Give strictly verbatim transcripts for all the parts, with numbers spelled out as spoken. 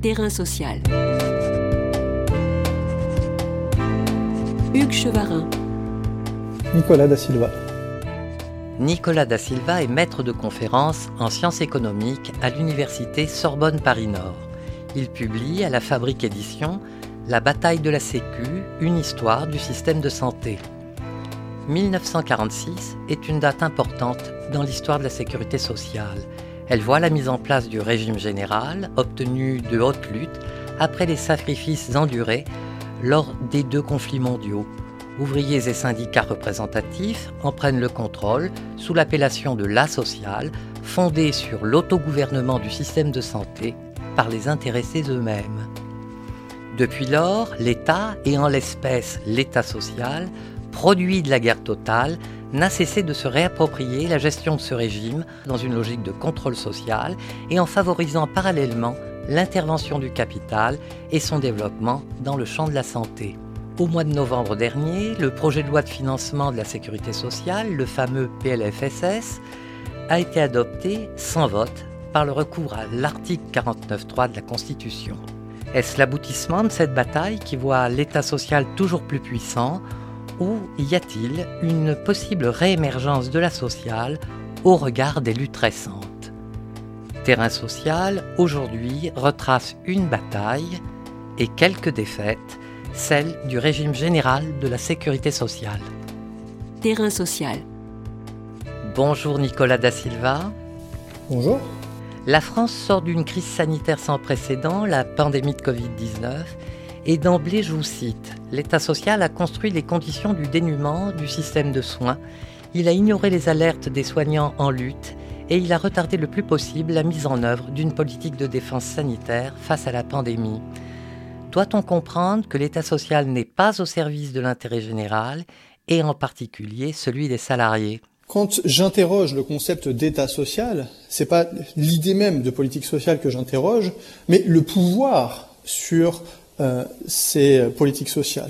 Terrain social. Hugues Chevarin. Nicolas da Silva. Nicolas da Silva est maître de conférences en sciences économiques à l'université Sorbonne Paris-Nord. Il publie à la Fabrique Éditions La bataille de la Sécu, une histoire du système de santé. mille neuf cent quarante-six est une date importante dans l'histoire de la sécurité sociale. Elle voit la mise en place du régime général, obtenu de haute lutte, après les sacrifices endurés lors des deux conflits mondiaux. Ouvriers et syndicats représentatifs en prennent le contrôle sous l'appellation de l'A social, fondée sur l'autogouvernement du système de santé par les intéressés eux-mêmes. Depuis lors, l'État, et en l'espèce l'État social, produit de la guerre totale, n'a cessé de se réapproprier la gestion de ce régime dans une logique de contrôle social et en favorisant parallèlement l'intervention du capital et son développement dans le champ de la santé. Au mois de novembre dernier, le projet de loi de financement de la sécurité sociale, le fameux P L F S S, a été adopté sans vote par le recours à l'article quarante-neuf point trois de la Constitution. Est-ce l'aboutissement de cette bataille qui voit l'État social toujours plus puissant, ou y a-t-il une possible réémergence de la sociale au regard des luttes récentes ? Terrain social, aujourd'hui, retrace une bataille et quelques défaites, celle du régime général de la sécurité sociale. Terrain social. Bonjour Nicolas da Silva. Bonjour. La France sort d'une crise sanitaire sans précédent, la pandémie de covid dix-neuf, et d'emblée, je vous cite, l'État social a construit les conditions du dénuement du système de soins, il a ignoré les alertes des soignants en lutte et il a retardé le plus possible la mise en œuvre d'une politique de défense sanitaire face à la pandémie. Doit-on comprendre que l'État social n'est pas au service de l'intérêt général et en particulier celui des salariés ? Quand j'interroge le concept d'État social, c'est pas l'idée même de politique sociale que j'interroge, mais le pouvoir sur euh, ces politiques sociales.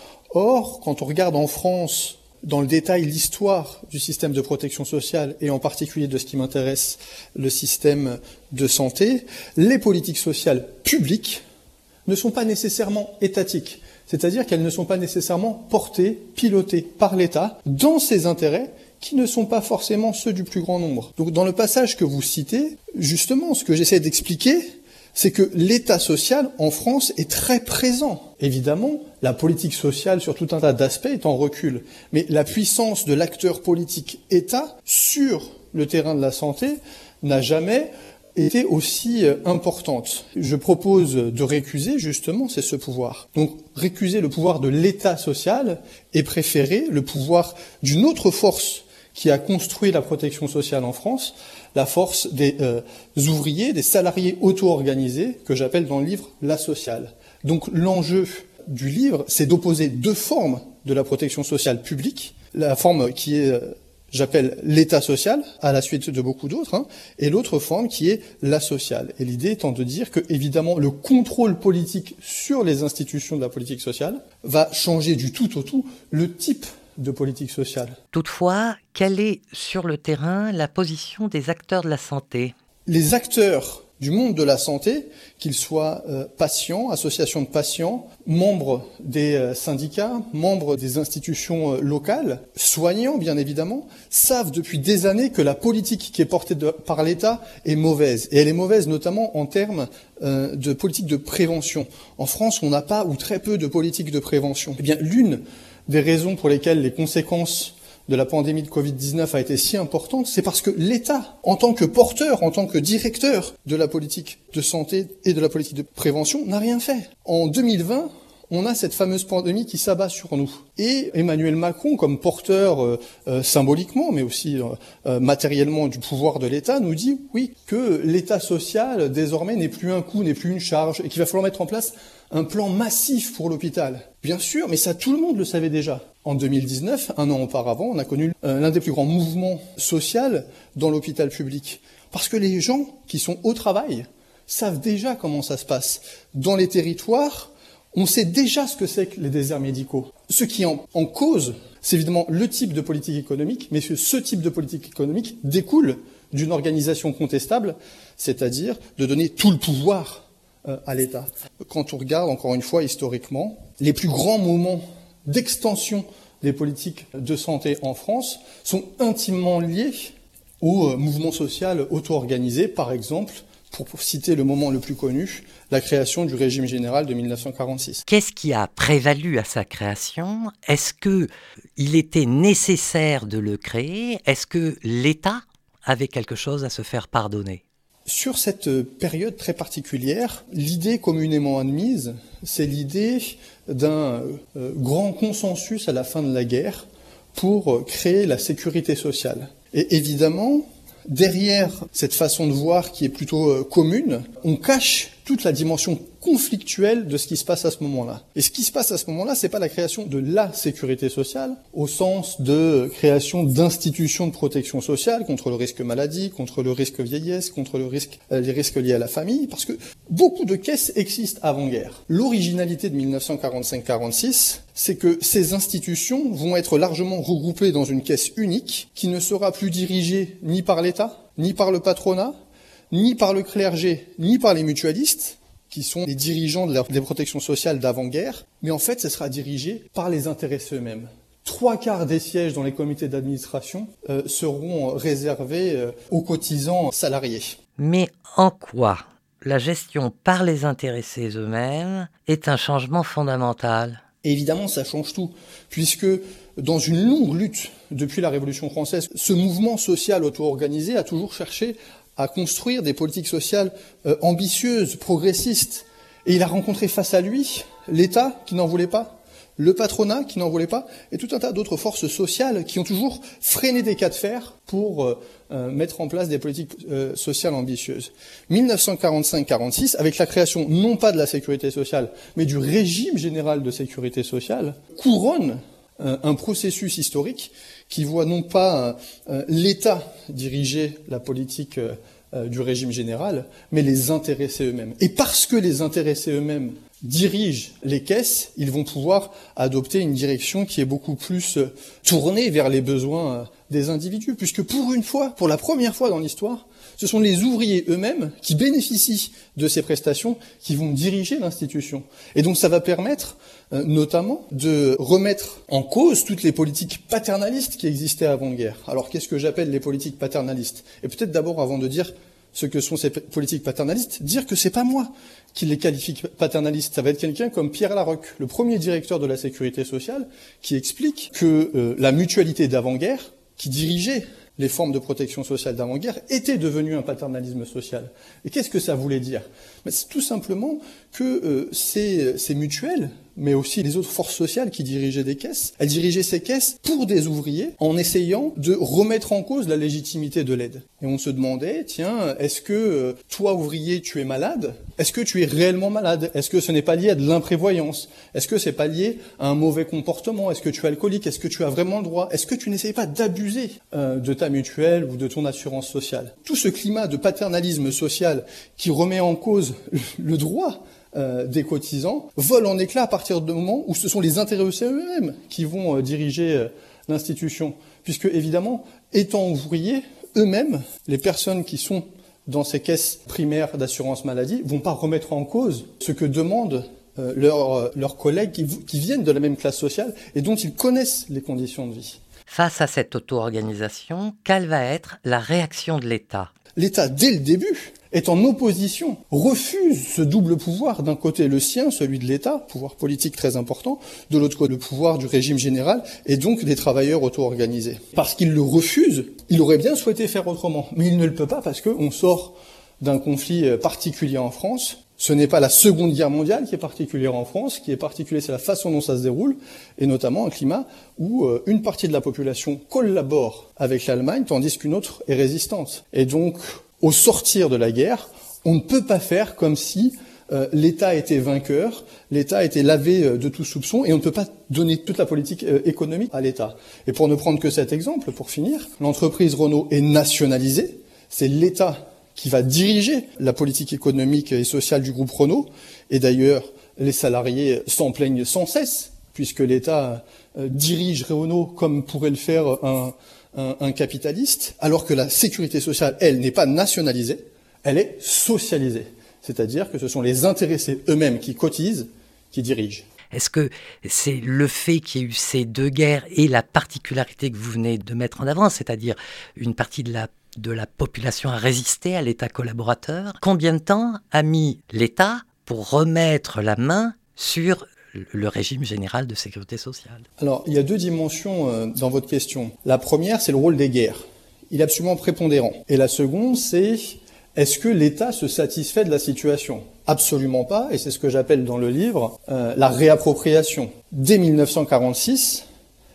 Or, quand on regarde en France, dans le détail, l'histoire du système de protection sociale, et en particulier de ce qui m'intéresse, le système de santé, les politiques sociales publiques ne sont pas nécessairement étatiques. C'est-à-dire qu'elles ne sont pas nécessairement portées, pilotées par l'État dans ses intérêts qui ne sont pas forcément ceux du plus grand nombre. Donc dans le passage que vous citez, justement, ce que j'essaie d'expliquer, c'est que l'État social en France est très présent. Évidemment, la politique sociale sur tout un tas d'aspects est en recul, mais la puissance de l'acteur politique État sur le terrain de la santé n'a jamais été aussi importante. Je propose de récuser justement, c'est ce pouvoir. Donc récuser le pouvoir de l'État social et préférer le pouvoir d'une autre force qui a construit la protection sociale en France, la force des euh, ouvriers, des salariés auto-organisés, que j'appelle dans le livre la sociale. Donc l'enjeu du livre, c'est d'opposer deux formes de la protection sociale publique, la forme qui est, euh, j'appelle l'État social, à la suite de beaucoup d'autres, hein, et l'autre forme qui est la sociale. Et l'idée étant de dire que, évidemment, le contrôle politique sur les institutions de la politique sociale va changer du tout au tout le type de politique sociale. Toutefois, quelle est, sur le terrain, la position des acteurs de la santé ? Les acteurs du monde de la santé, qu'ils soient euh, patients, associations de patients, membres des euh, syndicats, membres des institutions euh, locales, soignants bien évidemment, savent depuis des années que la politique qui est portée de, par l'État est mauvaise. Et elle est mauvaise notamment en termes euh, de politique de prévention. En France, on n'a pas ou très peu de politique de prévention. Eh bien, l'une des raisons pour lesquelles les conséquences de la pandémie de covid dix-neuf a été si importante, c'est parce que l'État, en tant que porteur, en tant que directeur de la politique de santé et de la politique de prévention, n'a rien fait. En deux mille vingt, on a cette fameuse pandémie qui s'abat sur nous. Et Emmanuel Macron, comme porteur euh, euh, symboliquement, mais aussi euh, matériellement du pouvoir de l'État, nous dit, oui, que l'État social, désormais, n'est plus un coût, n'est plus une charge, et qu'il va falloir mettre en place un plan massif pour l'hôpital. Bien sûr, mais ça, tout le monde le savait déjà. En deux mille dix-neuf, un an auparavant, on a connu euh, l'un des plus grands mouvements sociaux dans l'hôpital public. Parce que les gens qui sont au travail savent déjà comment ça se passe. Dans les territoires, on sait déjà ce que c'est que les déserts médicaux. Ce qui est en, en cause, c'est évidemment le type de politique économique, mais ce, ce type de politique économique découle d'une organisation contestable, c'est-à-dire de donner tout le pouvoir euh, à l'État. Quand on regarde, encore une fois, historiquement, les plus grands moments d'extension des politiques de santé en France sont intimement liés au euh, mouvement social auto-organisé, par exemple, pour citer le moment le plus connu, la création du régime général de mille neuf cent quarante-six. Qu'est-ce qui a prévalu à sa création ? Est-ce qu'il était nécessaire de le créer ? Est-ce que l'État avait quelque chose à se faire pardonner ? Sur cette période très particulière, l'idée communément admise, c'est l'idée d'un euh, grand consensus à la fin de la guerre pour créer la sécurité sociale. Et évidemment, derrière cette façon de voir qui est plutôt euh, commune, on cache toute la dimension conflictuelle de ce qui se passe à ce moment-là. Et ce qui se passe à ce moment-là, c'est pas la création de la sécurité sociale, au sens de création d'institutions de protection sociale contre le risque maladie, contre le risque vieillesse, contre le risque, euh, les risques liés à la famille, parce que beaucoup de caisses existent avant-guerre. L'originalité de mille neuf cent quarante-cinq quarante-six, c'est que ces institutions vont être largement regroupées dans une caisse unique qui ne sera plus dirigée ni par l'État, ni par le patronat, ni par le clergé, ni par les mutualistes, qui sont les dirigeants de la, des protections sociales d'avant-guerre, mais en fait, ce sera dirigé par les intéressés eux-mêmes. Trois quarts des sièges dans les comités d'administration euh, seront réservés euh, aux cotisants salariés. Mais en quoi la gestion par les intéressés eux-mêmes est un changement fondamental ? Et évidemment, ça change tout, puisque dans une longue lutte depuis la Révolution française, ce mouvement social auto-organisé a toujours cherché à construire des politiques sociales euh, ambitieuses, progressistes. Et il a rencontré face à lui l'État qui n'en voulait pas, le patronat qui n'en voulait pas, et tout un tas d'autres forces sociales qui ont toujours freiné des cas de fer pour euh, euh, mettre en place des politiques euh, sociales ambitieuses. mille neuf cent quarante-cinq quarante-six, avec la création non pas de la sécurité sociale, mais du régime général de sécurité sociale, couronne euh, un processus historique qui voit non pas euh, l'État diriger la politique euh, euh, du régime général, mais les intéressés eux-mêmes. Et parce que les intéressés eux-mêmes dirigent les caisses, ils vont pouvoir adopter une direction qui est beaucoup plus euh, tournée vers les besoins euh, des individus, puisque pour une fois, pour la première fois dans l'histoire, ce sont les ouvriers eux-mêmes qui bénéficient de ces prestations qui vont diriger l'institution. Et donc ça va permettre euh, notamment de remettre en cause toutes les politiques paternalistes qui existaient avant-guerre. Alors qu'est-ce que j'appelle les politiques paternalistes ? Et peut-être d'abord, avant de dire ce que sont ces politiques paternalistes, dire que c'est pas moi qui les qualifie paternalistes. Ça va être quelqu'un comme Pierre Larocque, le premier directeur de la Sécurité sociale, qui explique que euh, la mutualité d'avant-guerre, qui dirigeait les formes de protection sociale d'avant-guerre, était devenue un paternalisme social. Et qu'est-ce que ça voulait dire ? Mais c'est tout simplement que euh, ces, ces mutuelles, mais aussi les autres forces sociales qui dirigeaient des caisses, elles dirigeaient ces caisses pour des ouvriers en essayant de remettre en cause la légitimité de l'aide. Et on se demandait, tiens, est-ce que euh, toi, ouvrier, tu es malade ? Est-ce que tu es réellement malade ? Est-ce que ce n'est pas lié à de l'imprévoyance ? Est-ce que c'est pas lié à un mauvais comportement ? Est-ce que tu es alcoolique ? Est-ce que tu as vraiment le droit ? Est-ce que tu n'essayes pas d'abuser euh, de ta mutuelle ou de ton assurance sociale ? Tout ce climat de paternalisme social qui remet en cause le droit Euh, des cotisants vole en éclats à partir du moment où ce sont les intéressés eux-mêmes qui vont euh, diriger euh, l'institution. Puisque, évidemment, étant ouvriers, eux-mêmes, les personnes qui sont dans ces caisses primaires d'assurance maladie vont pas remettre en cause ce que demandent euh, leurs, euh, leurs collègues qui, qui viennent de la même classe sociale et dont ils connaissent les conditions de vie. Face à cette auto-organisation, quelle va être la réaction de l'État ? L'État, dès le début, est en opposition, refuse ce double pouvoir, d'un côté le sien, celui de l'État, pouvoir politique très important, de l'autre côté le pouvoir du régime général, et donc des travailleurs auto-organisés. Parce qu'il le refuse, il aurait bien souhaité faire autrement, mais il ne le peut pas parce qu'on sort d'un conflit particulier en France. Ce n'est pas la Seconde Guerre mondiale qui est particulière en France, ce qui est particulier, c'est la façon dont ça se déroule, et notamment un climat où euh, une partie de la population collabore avec l'Allemagne, tandis qu'une autre est résistante. Et donc, au sortir de la guerre, on ne peut pas faire comme si euh, l'État était vainqueur, l'État était lavé euh, de tout soupçon, et on ne peut pas donner toute la politique euh, économique à l'État. Et pour ne prendre que cet exemple, pour finir, l'entreprise Renault est nationalisée, c'est l'État qui va diriger la politique économique et sociale du groupe Renault. Et d'ailleurs, les salariés s'en plaignent sans cesse, puisque l'État euh, dirige Renault comme pourrait le faire un, un, un capitaliste, alors que la sécurité sociale, elle, n'est pas nationalisée, elle est socialisée. C'est-à-dire que ce sont les intéressés eux-mêmes qui cotisent, qui dirigent. Est-ce que c'est le fait qu'il y ait eu ces deux guerres et la particularité que vous venez de mettre en avant, c'est-à-dire une partie de la, de la population a résisté à l'État collaborateur? Combien de temps a mis l'État pour remettre la main sur le régime général de sécurité sociale? Alors, il y a deux dimensions euh, dans votre question. La première, c'est le rôle des guerres. Il est absolument prépondérant. Et la seconde, c'est est-ce que l'État se satisfait de la situation? Absolument pas, et c'est ce que j'appelle dans le livre euh, la réappropriation. Dès mille neuf cent quarante-six,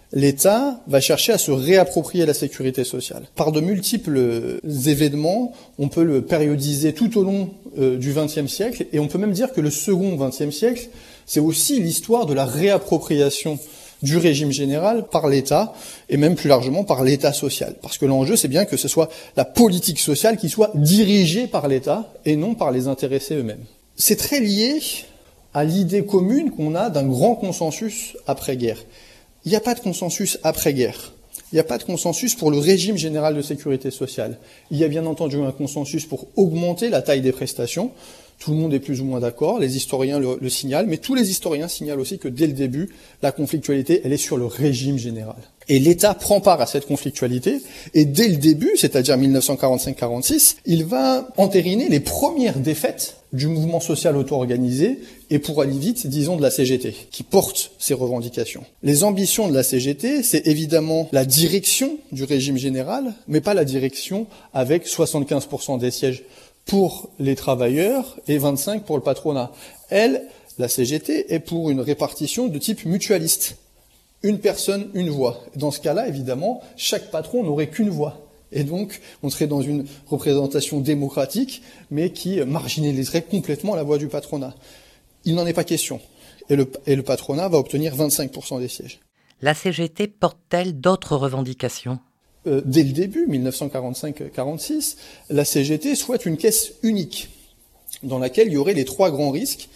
l'État va chercher à se réapproprier la sécurité sociale. Par de multiples événements, on peut le périodiser tout au long euh, du vingtième siècle, et on peut même dire que le second vingtième siècle, c'est aussi l'histoire de la réappropriation du régime général par l'État, et même plus largement par l'État social. Parce que l'enjeu, c'est bien que ce soit la politique sociale qui soit dirigée par l'État, et non par les intéressés eux-mêmes. C'est très lié à l'idée commune qu'on a d'un grand consensus après-guerre. Il n'y a pas de consensus après-guerre. Il n'y a pas de consensus pour le régime général de sécurité sociale. Il y a bien entendu un consensus pour augmenter la taille des prestations. Tout le monde est plus ou moins d'accord, les historiens le, le signalent, mais tous les historiens signalent aussi que dès le début, la conflictualité, elle est sur le régime général. Et l'État prend part à cette conflictualité, et dès le début, c'est-à-dire mille neuf cent quarante-cinq quarante-six, il va entériner les premières défaites du mouvement social auto-organisé, et pour aller vite, disons de la C G T, qui porte ces revendications. Les ambitions de la C G T, c'est évidemment la direction du régime général, mais pas la direction avec soixante-quinze pour cent des sièges pour les travailleurs et vingt-cinq pour le patronat. Elle, la C G T, est pour une répartition de type mutualiste. Une personne, une voix. Dans ce cas-là, évidemment, chaque patron n'aurait qu'une voix. Et donc, on serait dans une représentation démocratique, mais qui marginaliserait complètement la voix du patronat. Il n'en est pas question. Et le, et le patronat va obtenir vingt-cinq pour cent des sièges. La C G T porte-t-elle d'autres revendications ? Euh, dès le début, mille neuf cent quarante-cinq quarante-six, la C G T souhaite une caisse unique, dans laquelle il y aurait les trois grands risques,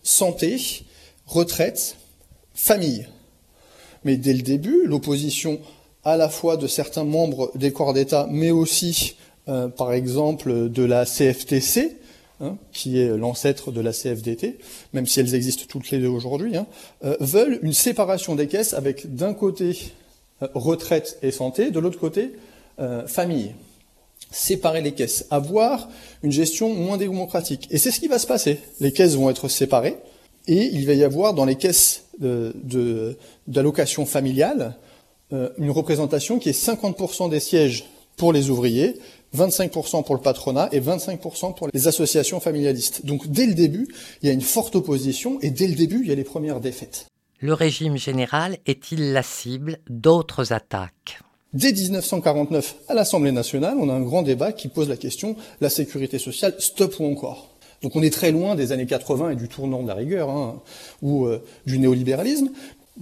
santé, retraite, famille. Mais dès le début, l'opposition à la fois de certains membres des corps d'État, mais aussi, euh, par exemple, de la C F T C, hein, qui est l'ancêtre de la C F D T, même si elles existent toutes les deux aujourd'hui, hein, euh, veulent une séparation des caisses avec, d'un côté, euh, retraite et santé, de l'autre côté, euh, famille. Séparer les caisses, avoir une gestion moins démocratique. Et c'est ce qui va se passer. Les caisses vont être séparées, et il va y avoir dans les caisses de, de, d'allocation familiale euh, une représentation qui est cinquante pour cent des sièges pour les ouvriers, vingt-cinq pour cent pour le patronat et vingt-cinq pour cent pour les associations familialistes. Donc dès le début, il y a une forte opposition et dès le début, il y a les premières défaites. Le régime général est-il la cible d'autres attaques ? Dès dix-neuf cent quarante-neuf, à l'Assemblée nationale, on a un grand débat qui pose la question « la sécurité sociale, stop ou encore ?» Donc on est très loin des années quatre-vingts et du tournant de la rigueur, hein, ou euh, du néolibéralisme.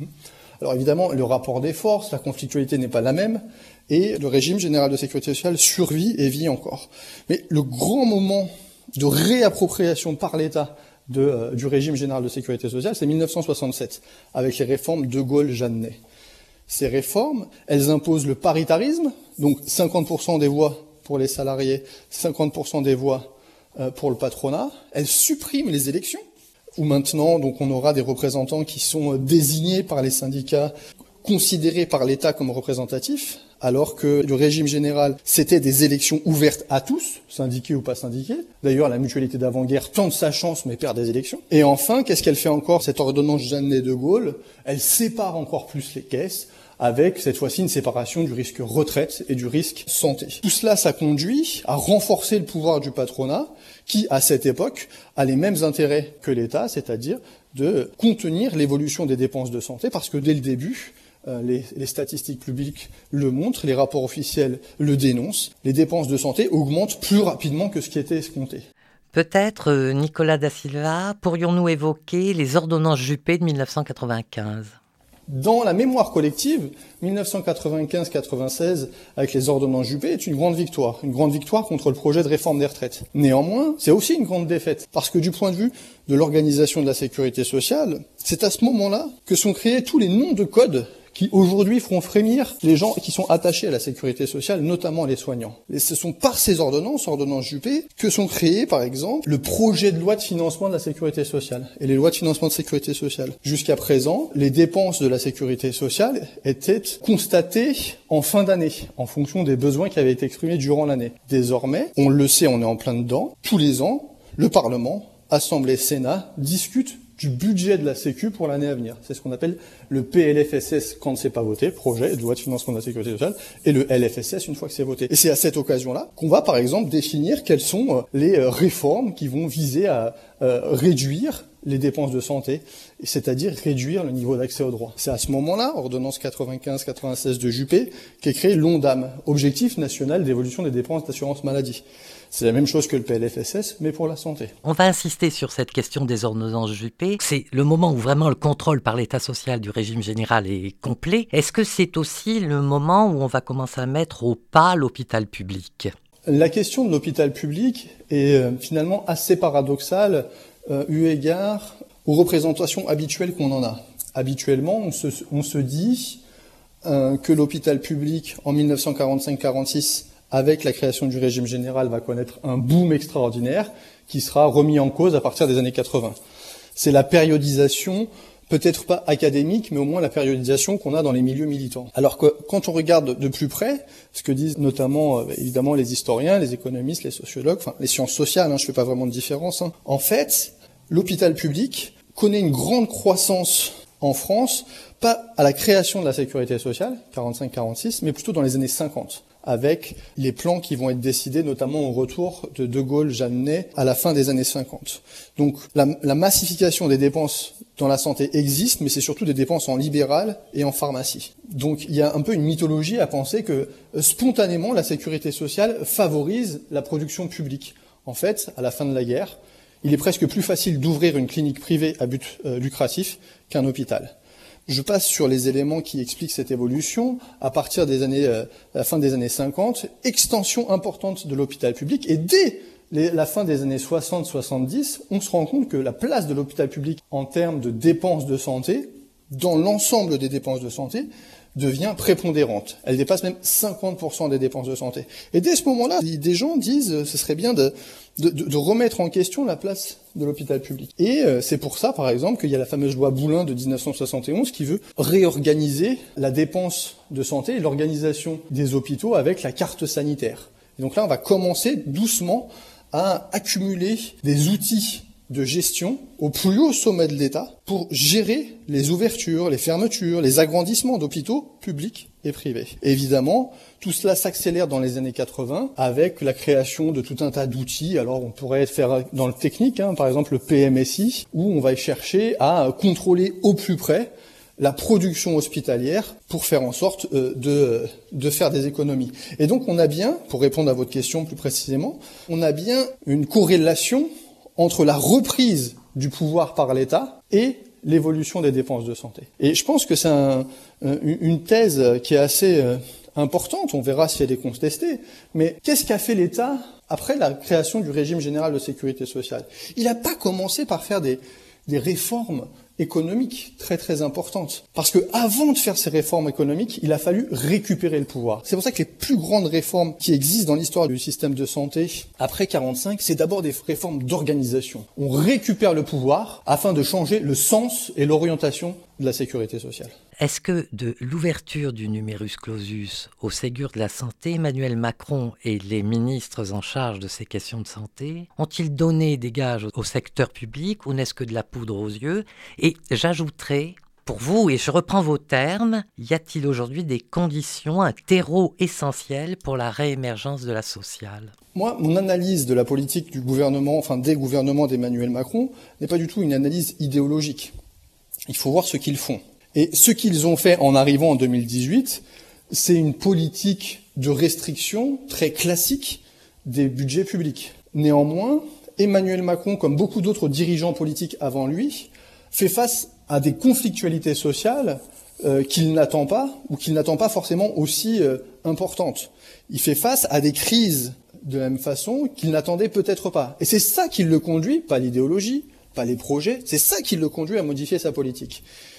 Alors évidemment, le rapport des forces, la conflictualité n'est pas la même, et le régime général de sécurité sociale survit et vit encore. Mais le grand moment de réappropriation par l'État de, euh, du régime général de sécurité sociale, c'est mille neuf cent soixante-sept, avec les réformes de Gaulle-Jeannet. Ces réformes, elles imposent le paritarisme, donc cinquante pour cent des voix pour les salariés, cinquante pour cent des voix pour le patronat. Elles suppriment les élections, où maintenant donc on aura des représentants qui sont désignés par les syndicats, considérés par l'État comme représentatifs, alors que le régime général, c'était des élections ouvertes à tous, syndiqués ou pas syndiqués. D'ailleurs, la mutualité d'avant-guerre tente sa chance, mais perd des élections. Et enfin, qu'est-ce qu'elle fait encore, cette ordonnance Jeannet de Gaulle ? Elle sépare encore plus les caisses, avec cette fois-ci une séparation du risque retraite et du risque santé. Tout cela, ça conduit à renforcer le pouvoir du patronat, qui, à cette époque, a les mêmes intérêts que l'État, c'est-à-dire de contenir l'évolution des dépenses de santé, parce que dès le début, euh, les, les statistiques publiques le montrent, les rapports officiels le dénoncent, les dépenses de santé augmentent plus rapidement que ce qui était escompté. Peut-être, euh, Nicolas da Silva, pourrions-nous évoquer les ordonnances Juppé de mille neuf cent quatre-vingt-quinze ? Dans la mémoire collective, mille neuf cent quatre-vingt-quinze quatre-vingt-seize, avec les ordonnances Juppé, est une grande victoire. Une grande victoire contre le projet de réforme des retraites. Néanmoins, c'est aussi une grande défaite. Parce que du point de vue de l'organisation de la sécurité sociale, c'est à ce moment-là que sont créés tous les noms de codes qui aujourd'hui feront frémir les gens qui sont attachés à la sécurité sociale, notamment les soignants. Et ce sont par ces ordonnances, ordonnances Juppé, que sont créés, par exemple, le projet de loi de financement de la sécurité sociale et les lois de financement de sécurité sociale. Jusqu'à présent, les dépenses de la sécurité sociale étaient constatées en fin d'année, en fonction des besoins qui avaient été exprimés durant l'année. Désormais, on le sait, on est en plein dedans, tous les ans, le Parlement, Assemblée, Sénat, discutent du budget de la Sécu pour l'année à venir. C'est ce qu'on appelle le P L F S S quand c'est pas voté, projet de loi de financement de la sécurité sociale, et le L F S S une fois que c'est voté. Et c'est à cette occasion-là qu'on va, par exemple, définir quelles sont les réformes qui vont viser à euh, réduire les dépenses de santé, c'est-à-dire réduire le niveau d'accès aux droits. C'est à ce moment-là, ordonnance quatre-vingt-quinze quatre-vingt-seize de Juppé, qu'est créé l'ONDAM, Objectif national d'évolution des dépenses d'assurance maladie. C'est la même chose que le P L F S S, mais pour la santé. On va insister sur cette question des ordonnances Juppé. C'est le moment où vraiment le contrôle par l'État social du régime général est complet. Est-ce que c'est aussi le moment où on va commencer à mettre au pas l'hôpital public ? La question de l'hôpital public est euh, finalement assez paradoxale euh, eu égard aux représentations habituelles qu'on en a. Habituellement, on se, on se dit euh, que l'hôpital public, en dix-neuf cent quarante-cinq quarante-six, avec la création du régime général, va connaître un boom extraordinaire qui sera remis en cause à partir des années quatre-vingts. C'est la périodisation, peut-être pas académique, mais au moins la périodisation qu'on a dans les milieux militants. Alors que quand on regarde de plus près, ce que disent notamment euh, évidemment les historiens, les économistes, les sociologues, enfin les sciences sociales, hein, je fais pas vraiment de différence, hein. En fait, l'hôpital public connaît une grande croissance en France, pas à la création de la sécurité sociale, quarante-cinq quarante-six, mais plutôt dans les années cinquante. Avec les plans qui vont être décidés, notamment au retour de De Gaulle, Jeannet, à la fin des années cinquante. Donc la, la massification des dépenses dans la santé existe, mais c'est surtout des dépenses en libéral et en pharmacie. Donc il y a un peu une mythologie à penser que euh, spontanément la sécurité sociale favorise la production publique. En fait, à la fin de la guerre, il est presque plus facile d'ouvrir une clinique privée à but euh, lucratif qu'un hôpital. Je passe sur les éléments qui expliquent cette évolution. À partir des années, euh, la fin des années cinquante, extension importante de l'hôpital public. Et dès les, la fin des années soixante soixante-dix, on se rend compte que la place de l'hôpital public en termes de dépenses de santé, dans l'ensemble des dépenses de santé, devient prépondérante. Elle dépasse même cinquante pour cent des dépenses de santé. Et dès ce moment-là, des gens disent euh, ce serait bien de, de, de remettre en question la place de l'hôpital public. Et euh, c'est pour ça, par exemple, qu'il y a la fameuse loi Boulin de dix-neuf cent soixante et onze qui veut réorganiser la dépense de santé et l'organisation des hôpitaux avec la carte sanitaire. Et donc là, on va commencer doucement à accumuler des outils de gestion au plus haut sommet de l'État pour gérer les ouvertures, les fermetures, les agrandissements d'hôpitaux publics et privés. Évidemment, tout cela s'accélère dans les années quatre-vingts avec la création de tout un tas d'outils. Alors on pourrait faire dans le technique, hein, par exemple le P M S I, où on va chercher à contrôler au plus près la production hospitalière pour faire en sorte euh, de, de faire des économies. Et donc on a bien, pour répondre à votre question plus précisément, on a bien une corrélation entre la reprise du pouvoir par l'État et l'évolution des dépenses de santé. Et je pense que c'est un, une thèse qui est assez importante, on verra si elle est contestée, mais qu'est-ce qu'a fait l'État après la création du régime général de sécurité sociale ? Il n'a pas commencé par faire des, des réformes économiques très très importantes. Parce que avant de faire ces réformes économiques, il a fallu récupérer le pouvoir. C'est pour ça que les plus grandes réformes qui existent dans l'histoire du système de santé après quarante-cinq, c'est d'abord des réformes d'organisation. On récupère le pouvoir afin de changer le sens et l'orientation de la sécurité sociale. Est-ce que de l'ouverture du numerus clausus au Ségur de la santé, Emmanuel Macron et les ministres en charge de ces questions de santé ont-ils donné des gages au secteur public ou n'est-ce que de la poudre aux yeux ? Et j'ajouterai, pour vous, et je reprends vos termes, y a-t-il aujourd'hui des conditions, un terreau essentiel pour la réémergence de la sociale ? Moi, mon analyse de la politique du gouvernement, enfin des gouvernements d'Emmanuel Macron, n'est pas du tout une analyse idéologique. Il faut voir ce qu'ils font. Et ce qu'ils ont fait en arrivant en deux mille dix-huit, c'est une politique de restriction très classique des budgets publics. Néanmoins, Emmanuel Macron, comme beaucoup d'autres dirigeants politiques avant lui, fait face à des conflictualités sociales euh, qu'il n'attend pas, ou qu'il n'attend pas forcément aussi euh, importantes. Il fait face à des crises de la même façon qu'il n'attendait peut-être pas. Et c'est ça qui le conduit, pas l'idéologie, pas les projets, c'est ça qui le conduit à modifier sa politique.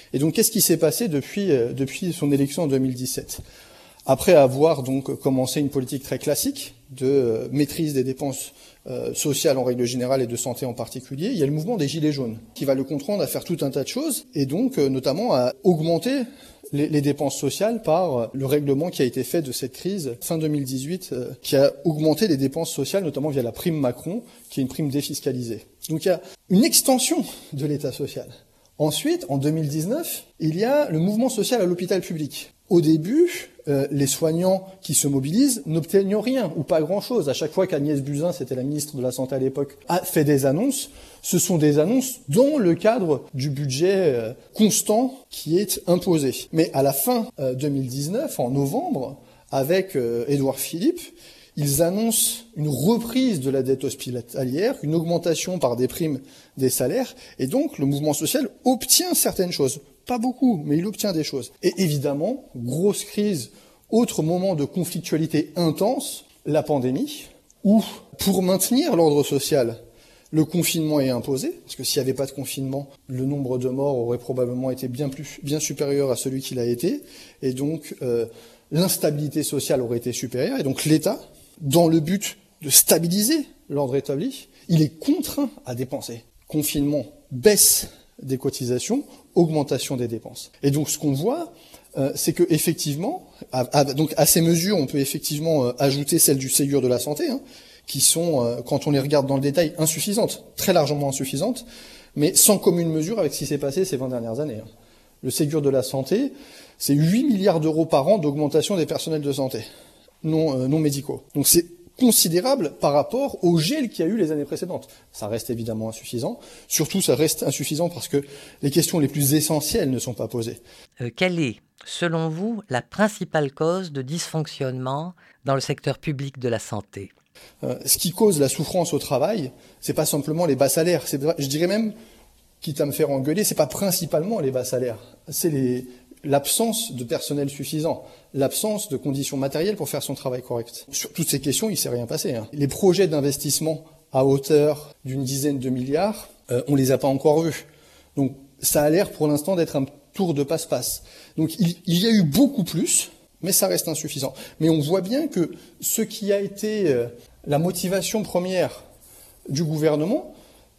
Et donc, qu'est-ce qui s'est passé depuis, euh, depuis son élection en deux mille dix-sept ? Après avoir donc commencé une politique très classique de euh, maîtrise des dépenses euh, sociales en règle générale et de santé en particulier, il y a le mouvement des Gilets jaunes qui va le contraindre à faire tout un tas de choses et donc euh, notamment à augmenter les, les dépenses sociales par euh, le règlement qui a été fait de cette crise fin deux mille dix-huit, euh, qui a augmenté les dépenses sociales notamment via la prime Macron, qui est une prime défiscalisée. Donc il y a une extension de l'État social. Ensuite, en deux mille dix-neuf, il y a le mouvement social à l'hôpital public. Au début, euh, les soignants qui se mobilisent n'obtiennent rien ou pas grand-chose. À chaque fois qu'Agnès Buzyn, c'était la ministre de la Santé à l'époque, a fait des annonces, ce sont des annonces dans le cadre du budget euh, constant qui est imposé. Mais à la fin euh, deux mille dix-neuf, en novembre, avec euh, Édouard Philippe, ils annoncent une reprise de la dette hospitalière, une augmentation par des primes des salaires, et donc le mouvement social obtient certaines choses. Pas beaucoup, mais il obtient des choses. Et évidemment, grosse crise, autre moment de conflictualité intense, la pandémie, où, pour maintenir l'ordre social, le confinement est imposé, parce que s'il n'y avait pas de confinement, le nombre de morts aurait probablement été bien plus, bien supérieur à celui qu'il a été, et donc euh, l'instabilité sociale aurait été supérieure, et donc l'État, dans le but de stabiliser l'ordre établi, il est contraint à dépenser. Confinement, baisse des cotisations, augmentation des dépenses. Et donc ce qu'on voit, euh, c'est que effectivement, à, à, donc à ces mesures, on peut effectivement euh, ajouter celles du Ségur de la santé, hein, qui sont, euh, quand on les regarde dans le détail, insuffisantes, très largement insuffisantes, mais sans commune mesure avec ce qui s'est passé ces vingt dernières années. Hein. Le Ségur de la santé, c'est huit milliards d'euros par an d'augmentation des personnels de santé non, euh, non médicaux. Donc c'est considérable par rapport au gel qu'il y a eu les années précédentes. Ça reste évidemment insuffisant. Surtout, ça reste insuffisant parce que les questions les plus essentielles ne sont pas posées. Euh, quelle est, selon vous, la principale cause de dysfonctionnement dans le secteur public de la santé ? euh, Ce qui cause la souffrance au travail, c'est pas simplement les bas salaires. C'est, je dirais même, quitte à me faire engueuler, c'est pas principalement les bas salaires. C'est les, l'absence de personnel suffisant, l'absence de conditions matérielles pour faire son travail correct. Sur toutes ces questions, il ne s'est rien passé. Hein. Les projets d'investissement à hauteur d'une dizaine de milliards, euh, on les a pas encore vus. Donc ça a l'air pour l'instant d'être un tour de passe-passe. Donc il, il y a eu beaucoup plus, mais ça reste insuffisant. Mais on voit bien que ce qui a été euh, la motivation première du gouvernement,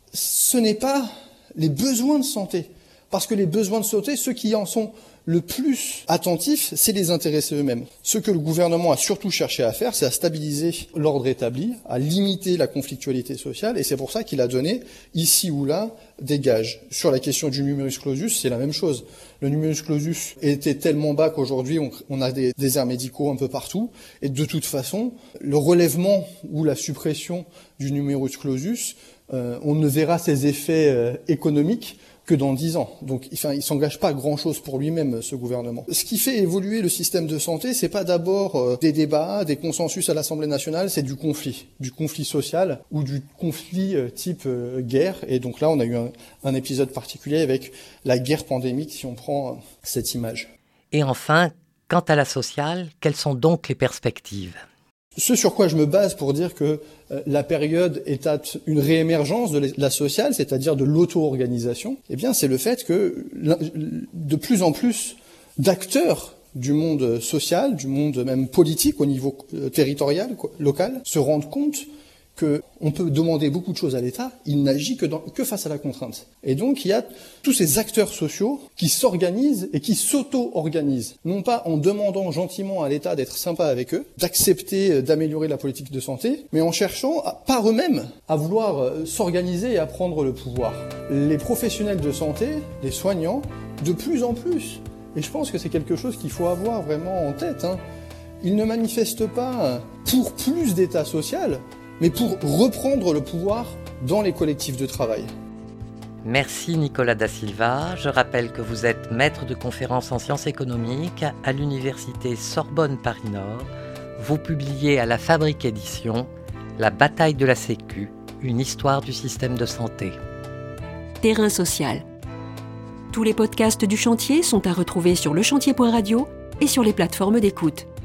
ce n'est pas les besoins de santé. Parce que les besoins de santé, ceux qui en sont le plus attentifs, c'est les intéressés eux-mêmes. Ce que le gouvernement a surtout cherché à faire, c'est à stabiliser l'ordre établi, à limiter la conflictualité sociale, et c'est pour ça qu'il a donné, ici ou là, des gages. Sur la question du numerus clausus, c'est la même chose. Le numerus clausus était tellement bas qu'aujourd'hui, on, on a des déserts médicaux un peu partout, et de toute façon, le relèvement ou la suppression du numerus clausus, euh, on ne verra ses effets euh, économiques que dans dix ans. Donc, enfin, il s'engage pas grand-chose pour lui-même, ce gouvernement. Ce qui fait évoluer le système de santé, c'est pas d'abord euh, des débats, des consensus à l'Assemblée nationale, c'est du conflit, du conflit social ou du conflit euh, type euh, guerre. Et donc là, on a eu un, un épisode particulier avec la guerre pandémique, si on prend euh, cette image. Et enfin, quant à la sociale, quelles sont donc les perspectives ? Ce sur quoi je me base pour dire que euh, la période est à une réémergence de la sociale, c'est-à-dire de l'auto-organisation, eh bien, c'est le fait que de plus en plus d'acteurs du monde social, du monde même politique au niveau euh, territorial, quoi, local, se rendent compte qu'on peut demander beaucoup de choses à l'État, il n'agit que, dans, que face à la contrainte. Et donc, il y a tous ces acteurs sociaux qui s'organisent et qui s'auto-organisent. Non pas en demandant gentiment à l'État d'être sympa avec eux, d'accepter d'améliorer la politique de santé, mais en cherchant, à, par eux-mêmes, à vouloir s'organiser et à prendre le pouvoir. Les professionnels de santé, les soignants, de plus en plus, et je pense que c'est quelque chose qu'il faut avoir vraiment en tête, hein, ils ne manifestent pas pour plus d'État social, mais pour reprendre le pouvoir dans les collectifs de travail. Merci Nicolas Da Silva. Je rappelle que vous êtes maître de conférences en sciences économiques à l'université Sorbonne Paris-Nord. Vous publiez à la Fabrique Édition « La bataille de la Sécu, une histoire du système de santé ». Terrain social. Tous les podcasts du chantier sont à retrouver sur le chantier point radio et sur les plateformes d'écoute.